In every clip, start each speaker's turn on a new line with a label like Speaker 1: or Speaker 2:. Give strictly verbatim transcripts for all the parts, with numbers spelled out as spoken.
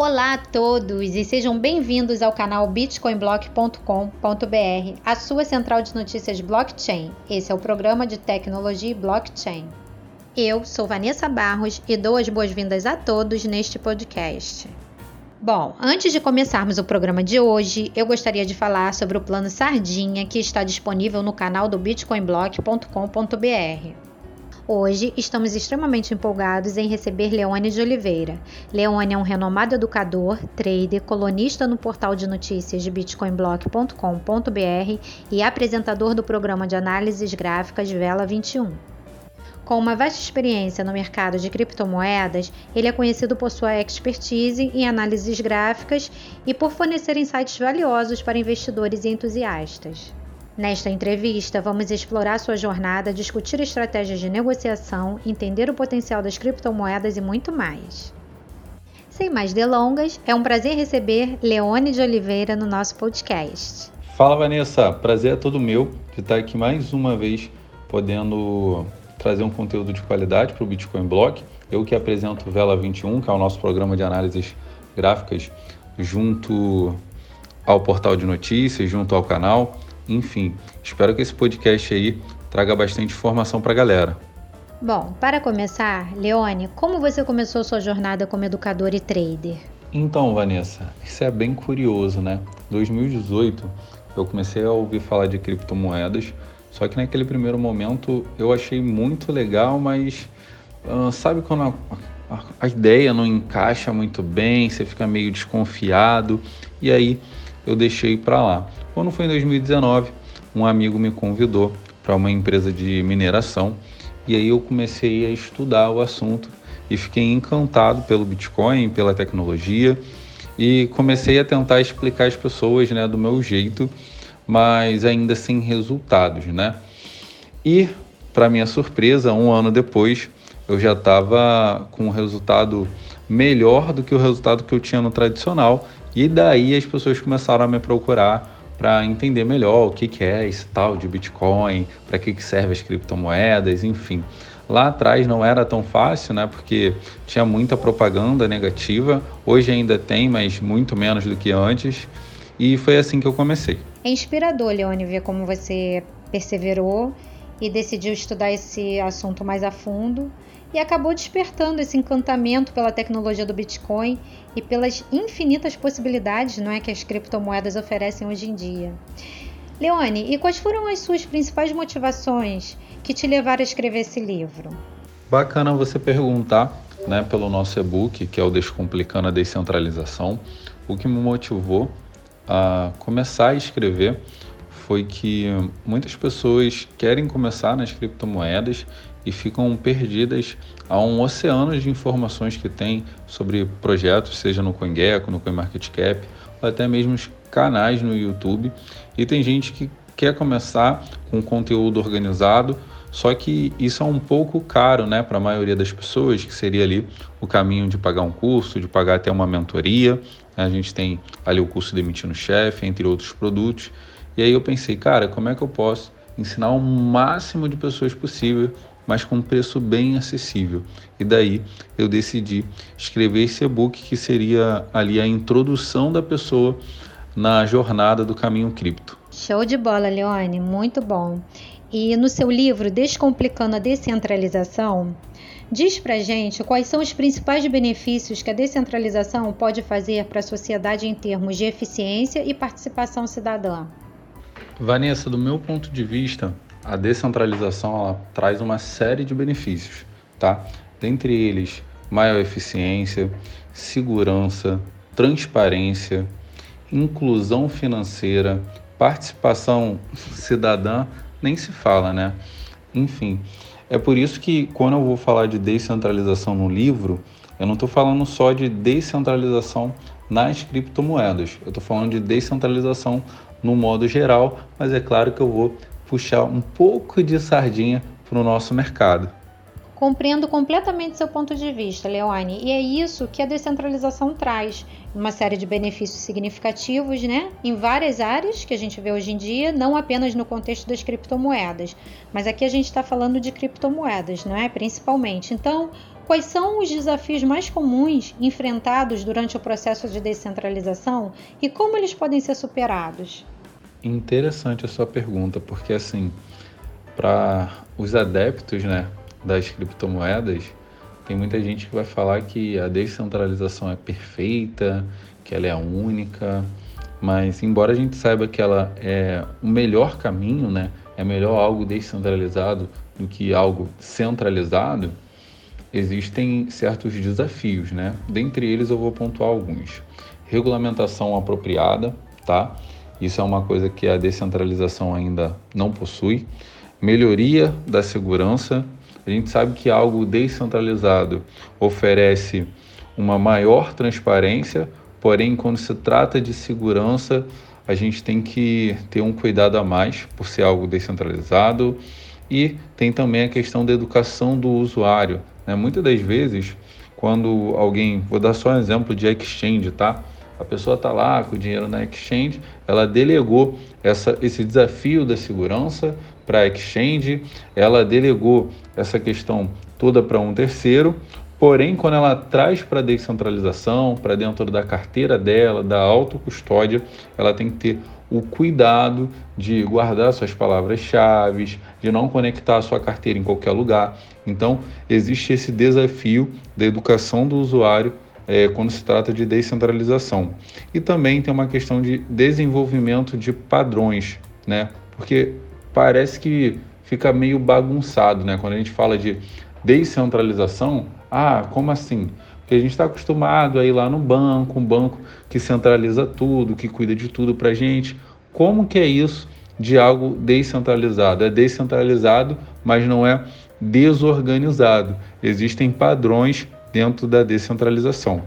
Speaker 1: Olá a todos e sejam bem-vindos ao canal bitcoin block ponto com ponto b r, a sua central de notícias blockchain. Esse é o programa de tecnologia e blockchain. Eu sou Vanessa Barros e dou as boas-vindas a todos neste podcast. Bom, antes de começarmos o programa de hoje, eu gostaria de falar sobre o plano Sardinha que está disponível no canal do bitcoin block ponto com ponto b r. Hoje estamos extremamente empolgados em receber Leone de Oliveira. Leone é um renomado educador, trader, colunista no portal de notícias de bitcoin block ponto com ponto b r e apresentador do programa de análises gráficas Vela vinte e um. Com uma vasta experiência no mercado de criptomoedas, ele é conhecido por sua expertise em análises gráficas e por fornecer insights valiosos para investidores e entusiastas. Nesta entrevista, vamos explorar sua jornada, discutir estratégias de negociação, entender o potencial das criptomoedas e muito mais. Sem mais delongas, é um prazer receber Leone de Oliveira no nosso podcast.
Speaker 2: Fala, Vanessa, prazer é todo meu de estar aqui mais uma vez podendo trazer um conteúdo de qualidade para o Bitcoin Block. Eu que apresento o Vela vinte e um, que é o nosso programa de análises gráficas junto ao portal de notícias, junto ao canal. Enfim, espero que esse podcast aí traga bastante informação para a galera.
Speaker 1: Bom, para começar, Leone, como você começou sua jornada como educador e trader?
Speaker 2: Então, Vanessa, isso é bem curioso, né? Em dois mil e dezoito, eu comecei a ouvir falar de criptomoedas, só que naquele primeiro momento eu achei muito legal, mas uh, sabe quando a, a, a ideia não encaixa muito bem, você fica meio desconfiado, e aí eu deixei para lá. Quando foi em dois mil e dezenove, um amigo me convidou para uma empresa de mineração e aí eu comecei a estudar o assunto e fiquei encantado pelo Bitcoin, pela tecnologia e comecei a tentar explicar às pessoas, né, do meu jeito, mas ainda sem resultados, né? E, para minha surpresa, um ano depois, eu já estava com um resultado melhor do que o resultado que eu tinha no tradicional e daí as pessoas começaram a me procurar para entender melhor o que, que é esse tal de Bitcoin, para que, que serve as criptomoedas, enfim. Lá atrás não era tão fácil, né? Porque tinha muita propaganda negativa, hoje ainda tem, mas muito menos do que antes, e foi assim que eu comecei.
Speaker 1: É inspirador, Leone, ver como você perseverou e decidiu estudar esse assunto mais a fundo e acabou despertando esse encantamento pela tecnologia do Bitcoin e pelas infinitas possibilidades, não é, que as criptomoedas oferecem hoje em dia. Leone, e quais foram as suas principais motivações que te levaram a escrever esse livro?
Speaker 2: Bacana você perguntar, né, pelo nosso e-book, que é o Descomplicando a Descentralização. O que me motivou a começar a escrever foi que muitas pessoas querem começar nas criptomoedas e ficam perdidas a um oceano de informações que tem sobre projetos, seja no CoinGecko, no CoinMarketCap, ou até mesmo os canais no YouTube. E tem gente que quer começar com conteúdo organizado, só que isso é um pouco caro, né, para a maioria das pessoas, que seria ali o caminho de pagar um curso, de pagar até uma mentoria. A gente tem ali o curso Demitindo Chefe, entre outros produtos. E aí eu pensei, cara, como é que eu posso ensinar o máximo de pessoas possível, mas com um preço bem acessível? E daí eu decidi escrever esse e-book que seria ali a introdução da pessoa na jornada do caminho cripto.
Speaker 1: Show de bola, Leone, muito bom. E no seu livro Descomplicando a Descentralização, diz pra gente quais são os principais benefícios que a descentralização pode fazer para a sociedade em termos de eficiência e participação cidadã.
Speaker 2: Vanessa, do meu ponto de vista, a descentralização ela traz uma série de benefícios, tá? Dentre eles, maior eficiência, segurança, transparência, inclusão financeira, participação cidadã, nem se fala, né? Enfim, é por isso que quando eu vou falar de descentralização no livro, eu não estou falando só de descentralização nas criptomoedas, eu estou falando de descentralização no modo geral, mas é claro que eu vou puxar um pouco de sardinha para o nosso mercado.
Speaker 1: Compreendo completamente seu ponto de vista, Leone, e é isso que a descentralização traz, uma série de benefícios significativos, né, em várias áreas que a gente vê hoje em dia, não apenas no contexto das criptomoedas, mas aqui a gente está falando de criptomoedas, não é? Principalmente. Então, Quais são os desafios mais comuns enfrentados durante o processo de descentralização e como eles podem ser superados?
Speaker 2: Interessante a sua pergunta, porque assim, para os adeptos, né, das criptomoedas, tem muita gente que vai falar que a descentralização é perfeita, que ela é a única, mas embora a gente saiba que ela é o melhor caminho, né, é melhor algo descentralizado do que algo centralizado, existem certos desafios, né? Dentre eles eu vou pontuar alguns. Regulamentação apropriada, tá? Isso é uma coisa que a descentralização ainda não possui. Melhoria da segurança. A gente sabe que algo descentralizado oferece uma maior transparência, porém, quando se trata de segurança, a gente tem que ter um cuidado a mais por ser algo descentralizado. E tem também a questão da educação do usuário, né? Muitas das vezes, quando alguém, vou dar só um exemplo de exchange, tá? A pessoa está lá com o dinheiro na exchange, ela delegou essa, esse desafio da segurança para a exchange, ela delegou essa questão toda para um terceiro, porém, quando ela traz para a descentralização, para dentro da carteira dela, da autocustódia, ela tem que ter o cuidado de guardar suas palavras-chave, de não conectar a sua carteira em qualquer lugar. Então, existe esse desafio da educação do usuário é, quando se trata de descentralização. E também tem uma questão de desenvolvimento de padrões, né? Porque parece que fica meio bagunçado, né? Quando a gente fala de descentralização, ah, como assim? Porque a gente está acostumado a ir lá no banco, um banco que centraliza tudo, que cuida de tudo para a gente. Como que é isso de algo descentralizado? É descentralizado, mas não é desorganizado. Existem padrões dentro da descentralização.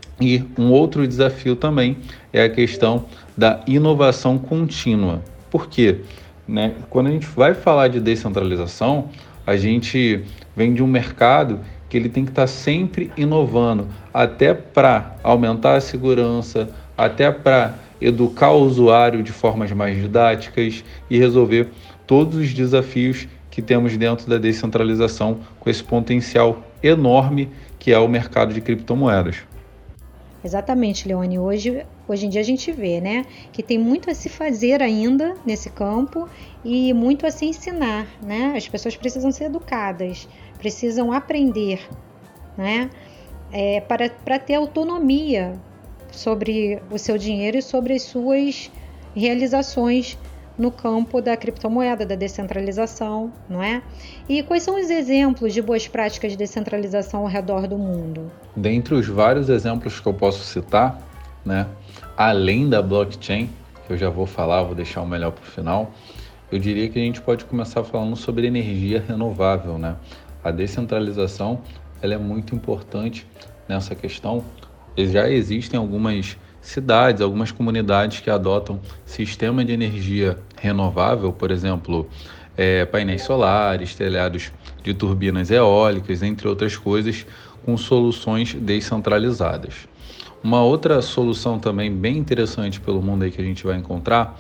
Speaker 2: E um outro desafio também é a questão da inovação contínua. Por quê? Né? Quando a gente vai falar de descentralização, a gente vem de um mercado que ele tem que estar sempre inovando, até para aumentar a segurança, até para educar o usuário de formas mais didáticas e resolver todos os desafios que temos dentro da descentralização com esse potencial enorme que é o mercado de criptomoedas.
Speaker 1: Exatamente, Leone. Hoje, hoje em dia a gente vê, né, que tem muito a se fazer ainda nesse campo e muito a se ensinar, né? As pessoas precisam ser educadas, precisam aprender, né, é, para, para ter autonomia sobre o seu dinheiro e sobre as suas realizações no campo da criptomoeda, da descentralização, não é? E quais são os exemplos de boas práticas de descentralização ao redor do mundo?
Speaker 2: Dentre os vários exemplos que eu posso citar, né, além da blockchain, que eu já vou falar, vou deixar o melhor para o final, eu diria que a gente pode começar falando sobre energia renovável, né? A descentralização, ela é muito importante nessa questão. Já existem algumas cidades, algumas comunidades que adotam sistema de energia renovável, por exemplo, é, painéis solares, telhados de turbinas eólicas, entre outras coisas, com soluções descentralizadas. Uma outra solução também bem interessante pelo mundo aí que a gente vai encontrar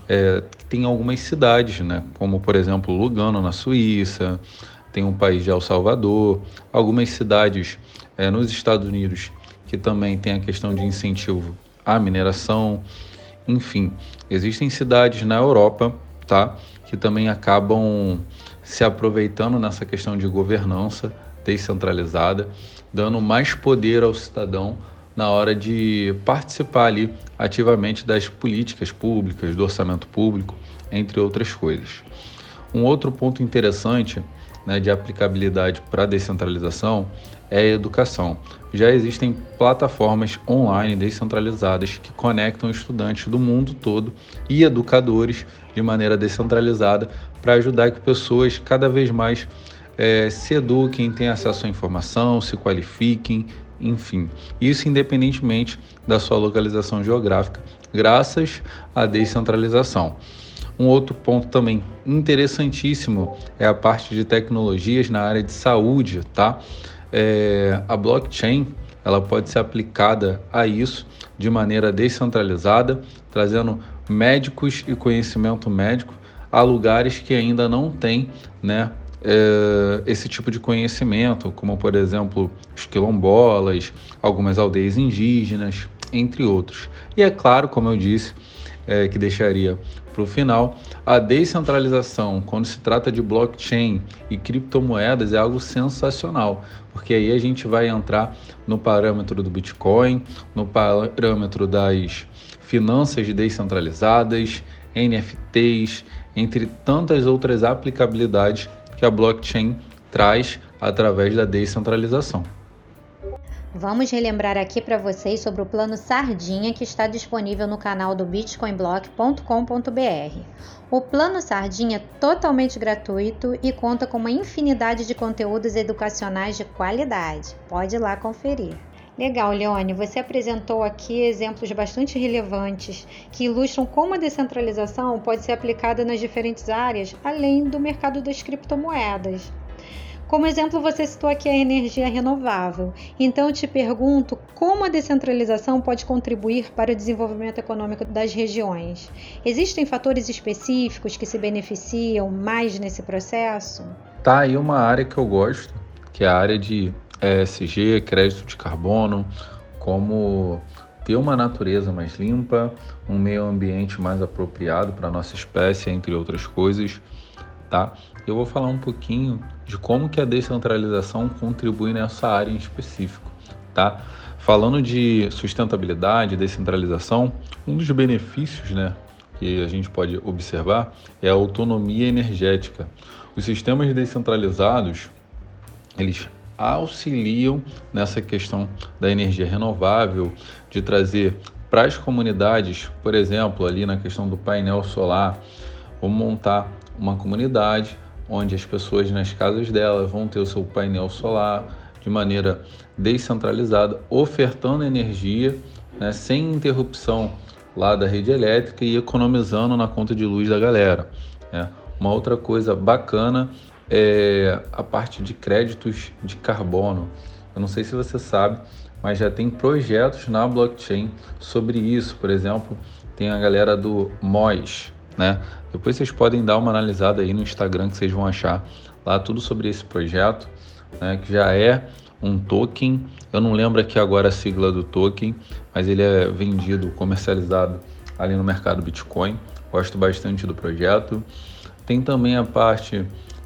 Speaker 2: é que tem algumas cidades, né, como por exemplo Lugano na Suíça, tem um país de El Salvador, algumas cidades é, nos Estados Unidos que também tem a questão de incentivo à mineração, enfim, existem cidades na Europa, tá, que também acabam se aproveitando nessa questão de governança descentralizada, dando mais poder ao cidadão na hora de participar ali ativamente das políticas públicas, do orçamento público, entre outras coisas. Um outro ponto interessante, né, de aplicabilidade para a descentralização é a educação. Já existem plataformas online descentralizadas que conectam estudantes do mundo todo e educadores de maneira descentralizada para ajudar que pessoas cada vez mais é, se eduquem, tenham acesso à informação, se qualifiquem, enfim. Isso independentemente da sua localização geográfica, graças à descentralização. Um outro ponto também interessantíssimo é a parte de tecnologias na área de saúde, tá? É, a blockchain, ela pode ser aplicada a isso de maneira descentralizada, trazendo médicos e conhecimento médico a lugares que ainda não têm, né, é, esse tipo de conhecimento, como por exemplo os quilombolas, algumas aldeias indígenas, entre outros. E é claro, como eu disse, é, que deixaria para o final, a descentralização, quando se trata de blockchain e criptomoedas, é algo sensacional, porque aí a gente vai entrar no parâmetro do Bitcoin, no parâmetro das finanças descentralizadas, N F Ts, entre tantas outras aplicabilidades que a blockchain traz através da descentralização.
Speaker 1: Vamos relembrar aqui para vocês sobre o plano Sardinha que está disponível no canal do bitcoin block ponto com ponto b r. O plano Sardinha é totalmente gratuito e conta com uma infinidade de conteúdos educacionais de qualidade. Pode ir lá conferir. Legal, Leone, você apresentou aqui exemplos bastante relevantes que ilustram como a descentralização pode ser aplicada nas diferentes áreas, além do mercado das criptomoedas. Como exemplo, você citou aqui a energia renovável. Então, eu te pergunto como a descentralização pode contribuir para o desenvolvimento econômico das regiões. Existem fatores específicos que se beneficiam mais nesse processo?
Speaker 2: Tá aí uma área que eu gosto, que é a área de E S G, crédito de carbono, como ter uma natureza mais limpa, um meio ambiente mais apropriado para a nossa espécie, entre outras coisas, tá? Eu vou falar um pouquinho de como que a descentralização contribui nessa área em específico, tá? Falando de sustentabilidade, descentralização, um dos benefícios, né, que a gente pode observar é a autonomia energética. Os sistemas descentralizados, eles auxiliam nessa questão da energia renovável, de trazer para as comunidades, por exemplo, ali na questão do painel solar, vamos montar uma comunidade onde as pessoas nas casas delas vão ter o seu painel solar de maneira descentralizada, ofertando energia, né, sem interrupção lá da rede elétrica e economizando na conta de luz da galera, né? Uma outra coisa bacana é a parte de créditos de carbono. Eu não sei se você sabe, mas já tem projetos na blockchain sobre isso. Por exemplo, tem a galera do Moz, né? Depois vocês podem dar uma analisada aí no Instagram que vocês vão achar lá tudo sobre esse projeto, né, que já é um token. Eu não lembro aqui agora a sigla do token, mas ele é vendido, comercializado ali no mercado Bitcoin. Gosto bastante do projeto. Tem também a parte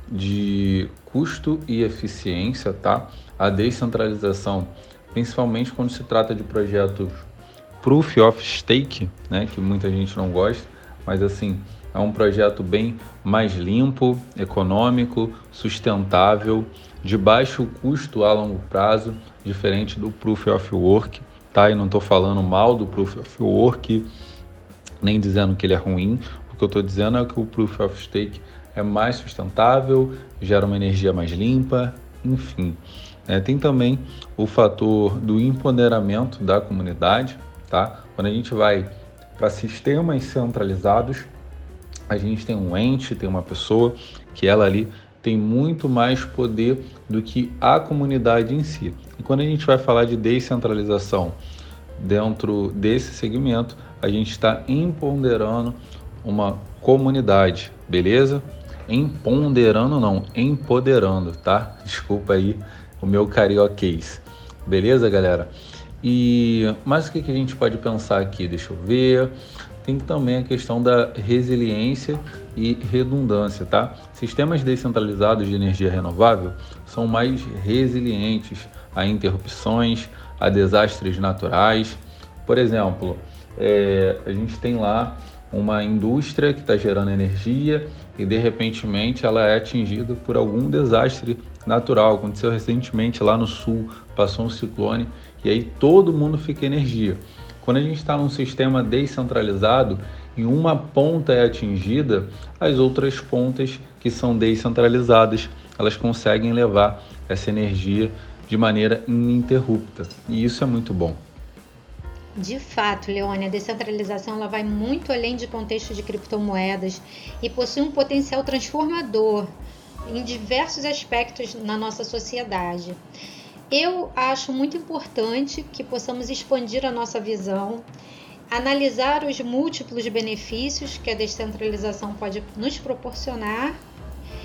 Speaker 2: de custo e eficiência, tá? A descentralização, principalmente quando se trata de projetos Proof of Stake, né, que muita gente não gosta, mas assim, é um projeto bem mais limpo, econômico, sustentável, de baixo custo a longo prazo, diferente do Proof of Work, tá? E não estou falando mal do Proof of Work, nem dizendo que ele é ruim. O que eu estou dizendo é que o Proof of Stake é mais sustentável, gera uma energia mais limpa, enfim. É, tem também o fator do empoderamento da comunidade, tá? Quando a gente vai para sistemas centralizados, a gente tem um ente, tem uma pessoa que ela ali tem muito mais poder do que a comunidade em si. E quando a gente vai falar de descentralização dentro desse segmento, a gente está empoderando uma comunidade, beleza? Empoderando não, empoderando, tá? Desculpa aí o meu carioquês, beleza, galera? E mas o que, que a gente pode pensar aqui? Deixa eu ver. Tem também a questão da resiliência e redundância, tá? Sistemas descentralizados de energia renovável são mais resilientes a interrupções, a desastres naturais. Por exemplo, é, a gente tem lá uma indústria que está gerando energia e de repentemente ela é atingida por algum desastre natural. Aconteceu recentemente lá no sul, passou um ciclone e aí todo mundo fica energia. Quando a gente está num sistema descentralizado e uma ponta é atingida, as outras pontas que são descentralizadas, elas conseguem levar essa energia de maneira ininterrupta. E isso é muito bom.
Speaker 1: De fato, Leone, a descentralização ela vai muito além de contexto de criptomoedas e possui um potencial transformador em diversos aspectos na nossa sociedade. Eu acho muito importante que possamos expandir a nossa visão, analisar os múltiplos benefícios que a descentralização pode nos proporcionar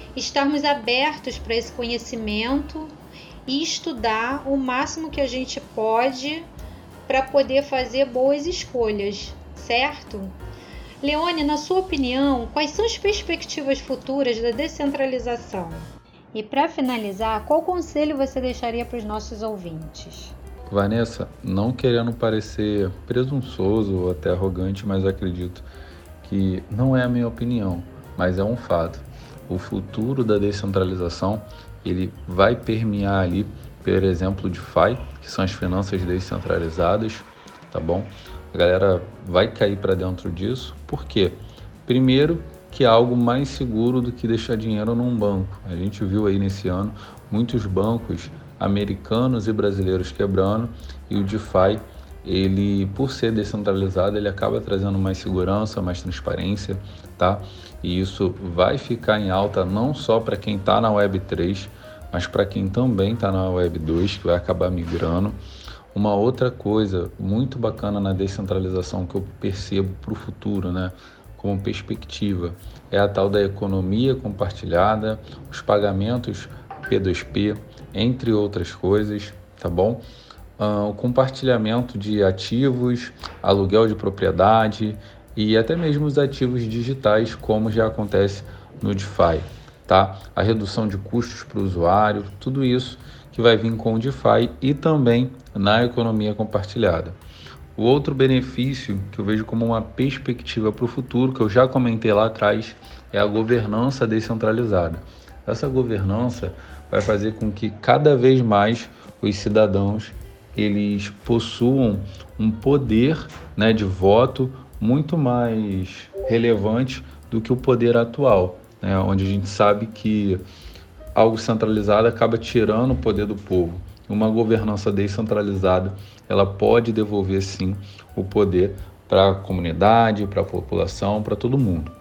Speaker 1: estarmos abertos para esse conhecimento e estudar o máximo que a gente pode para poder fazer boas escolhas, certo? Leone, na sua opinião, quais são as perspectivas futuras da descentralização? E para finalizar, qual conselho você deixaria para os nossos ouvintes?
Speaker 2: Vanessa, não querendo parecer presunçoso ou até arrogante, mas acredito que não é a minha opinião, mas é um fato. O futuro da descentralização, ele vai permear ali, por exemplo, o DeFi, que são as finanças descentralizadas, tá bom? A galera vai cair para dentro disso, por quê? Primeiro, que é algo mais seguro do que deixar dinheiro num banco. A gente viu aí nesse ano muitos bancos americanos e brasileiros quebrando, e o DeFi, ele, por ser descentralizado, ele acaba trazendo mais segurança, mais transparência, tá? E isso vai ficar em alta não só para quem está na Web três, mas para quem também está na Web dois, que vai acabar migrando. Uma outra coisa muito bacana na descentralização que eu percebo para o futuro, né, como perspectiva, é a tal da economia compartilhada, os pagamentos P dois P, entre outras coisas, tá bom? Uh, o compartilhamento de ativos, aluguel de propriedade e até mesmo os ativos digitais, como já acontece no DeFi, tá? A redução de custos para o usuário, tudo isso que vai vir com o DeFi e também na economia compartilhada. O outro benefício que eu vejo como uma perspectiva para o futuro, que eu já comentei lá atrás, é a governança descentralizada. Essa governança vai fazer com que cada vez mais os cidadãos eles possuam um poder, né, de voto muito mais relevante do que o poder atual, né, onde a gente sabe que algo centralizado acaba tirando o poder do povo. Uma governança descentralizada, ela pode devolver sim o poder para a comunidade, para a população, para todo mundo.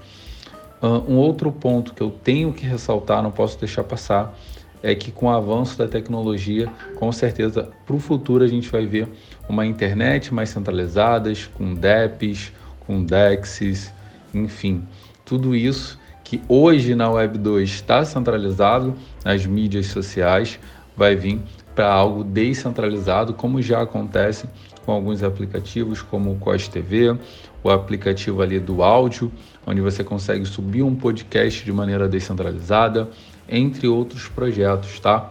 Speaker 2: Um outro ponto que eu tenho que ressaltar, não posso deixar passar, é que com o avanço da tecnologia, com certeza, para o futuro a gente vai ver uma internet mais centralizada, com D E Ps, com D E Xs, enfim, tudo isso que hoje na Web dois está centralizado nas mídias sociais, vai vir para algo descentralizado, como já acontece com alguns aplicativos, como o Cos T V, o aplicativo ali do áudio, onde você consegue subir um podcast de maneira descentralizada, entre outros projetos, tá?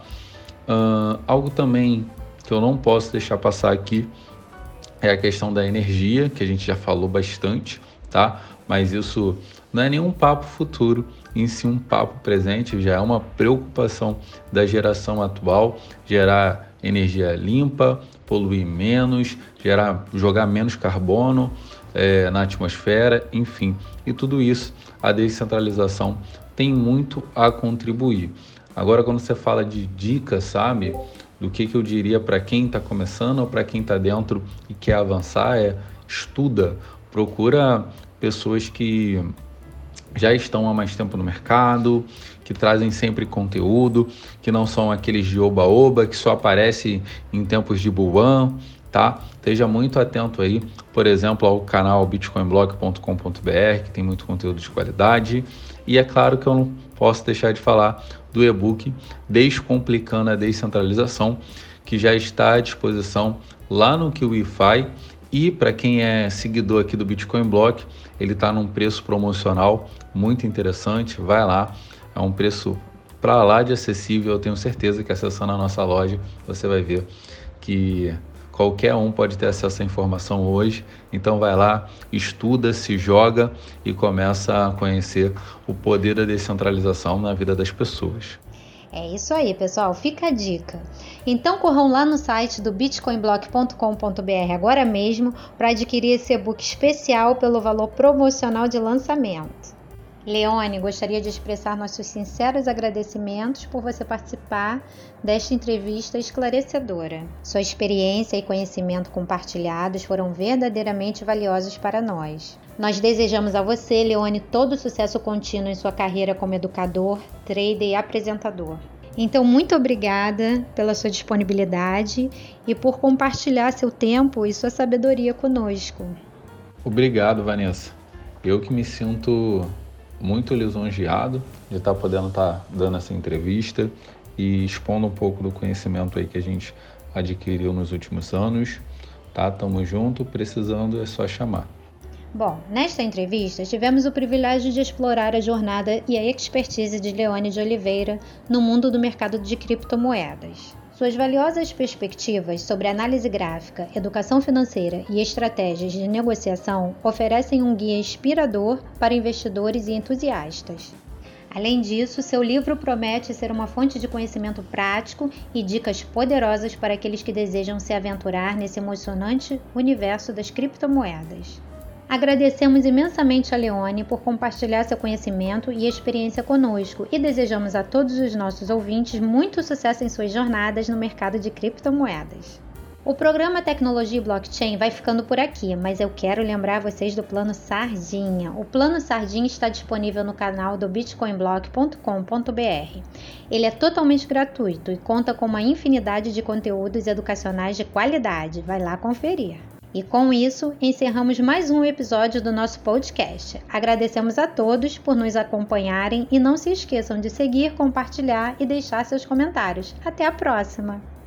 Speaker 2: Uh, algo também que eu não posso deixar passar aqui é a questão da energia, que a gente já falou bastante, tá? Mas isso não é nenhum papo futuro, em si um papo presente, já é uma preocupação da geração atual, gerar energia limpa, poluir menos, gerar, jogar menos carbono é, na atmosfera, enfim. E tudo isso, a descentralização tem muito a contribuir. Agora, quando você fala de dicas, sabe, do que, que eu diria para quem está começando ou para quem está dentro e quer avançar, é estuda, procura pessoas que já estão há mais tempo no mercado, que trazem sempre conteúdo, que não são aqueles de oba-oba, que só aparecem em tempos de bullrun, tá? Esteja muito atento aí, por exemplo, ao canal bitcoin block ponto com ponto b r, que tem muito conteúdo de qualidade. E é claro que eu não posso deixar de falar do e-book Descomplicando a Descentralização, que já está à disposição lá no Kiwify. E para quem é seguidor aqui do Bitcoin Block, ele está num preço promocional muito interessante. Vai lá, é um preço para lá de acessível. Eu tenho certeza que acessando a nossa loja você vai ver que qualquer um pode ter acesso à informação hoje. Então vai lá, estuda, se joga e começa a conhecer o poder da descentralização na vida das pessoas.
Speaker 1: É isso aí, pessoal. Fica a dica. Então corram lá no site do bitcoin block ponto com ponto b r agora mesmo para adquirir esse e-book especial pelo valor promocional de lançamento. Leone, gostaria de expressar nossos sinceros agradecimentos por você participar desta entrevista esclarecedora. Sua experiência e conhecimento compartilhados foram verdadeiramente valiosos para nós. Nós desejamos a você, Leone, todo sucesso contínuo em sua carreira como educador, trader e apresentador. Então, muito obrigada pela sua disponibilidade e por compartilhar seu tempo e sua sabedoria conosco.
Speaker 2: Obrigado, Vanessa. Eu que me sinto muito lisonjeado de estar podendo estar dando essa entrevista e expondo um pouco do conhecimento aí que a gente adquiriu nos últimos anos. Tá? Tamo junto, precisando é só chamar.
Speaker 1: Bom, nesta entrevista tivemos o privilégio de explorar a jornada e a expertise de Leone de Oliveira no mundo do mercado de criptomoedas. Suas valiosas perspectivas sobre análise gráfica, educação financeira e estratégias de negociação oferecem um guia inspirador para investidores e entusiastas. Além disso, seu livro promete ser uma fonte de conhecimento prático e dicas poderosas para aqueles que desejam se aventurar nesse emocionante universo das criptomoedas. Agradecemos imensamente a Leone por compartilhar seu conhecimento e experiência conosco e desejamos a todos os nossos ouvintes muito sucesso em suas jornadas no mercado de criptomoedas. O programa Tecnologia e Blockchain vai ficando por aqui, mas eu quero lembrar vocês do Plano Sardinha. O Plano Sardinha está disponível no canal do bitcoin block ponto com ponto b r. Ele é totalmente gratuito e conta com uma infinidade de conteúdos educacionais de qualidade. Vai lá conferir. E com isso, encerramos mais um episódio do nosso podcast. Agradecemos a todos por nos acompanharem e não se esqueçam de seguir, compartilhar e deixar seus comentários. Até a próxima!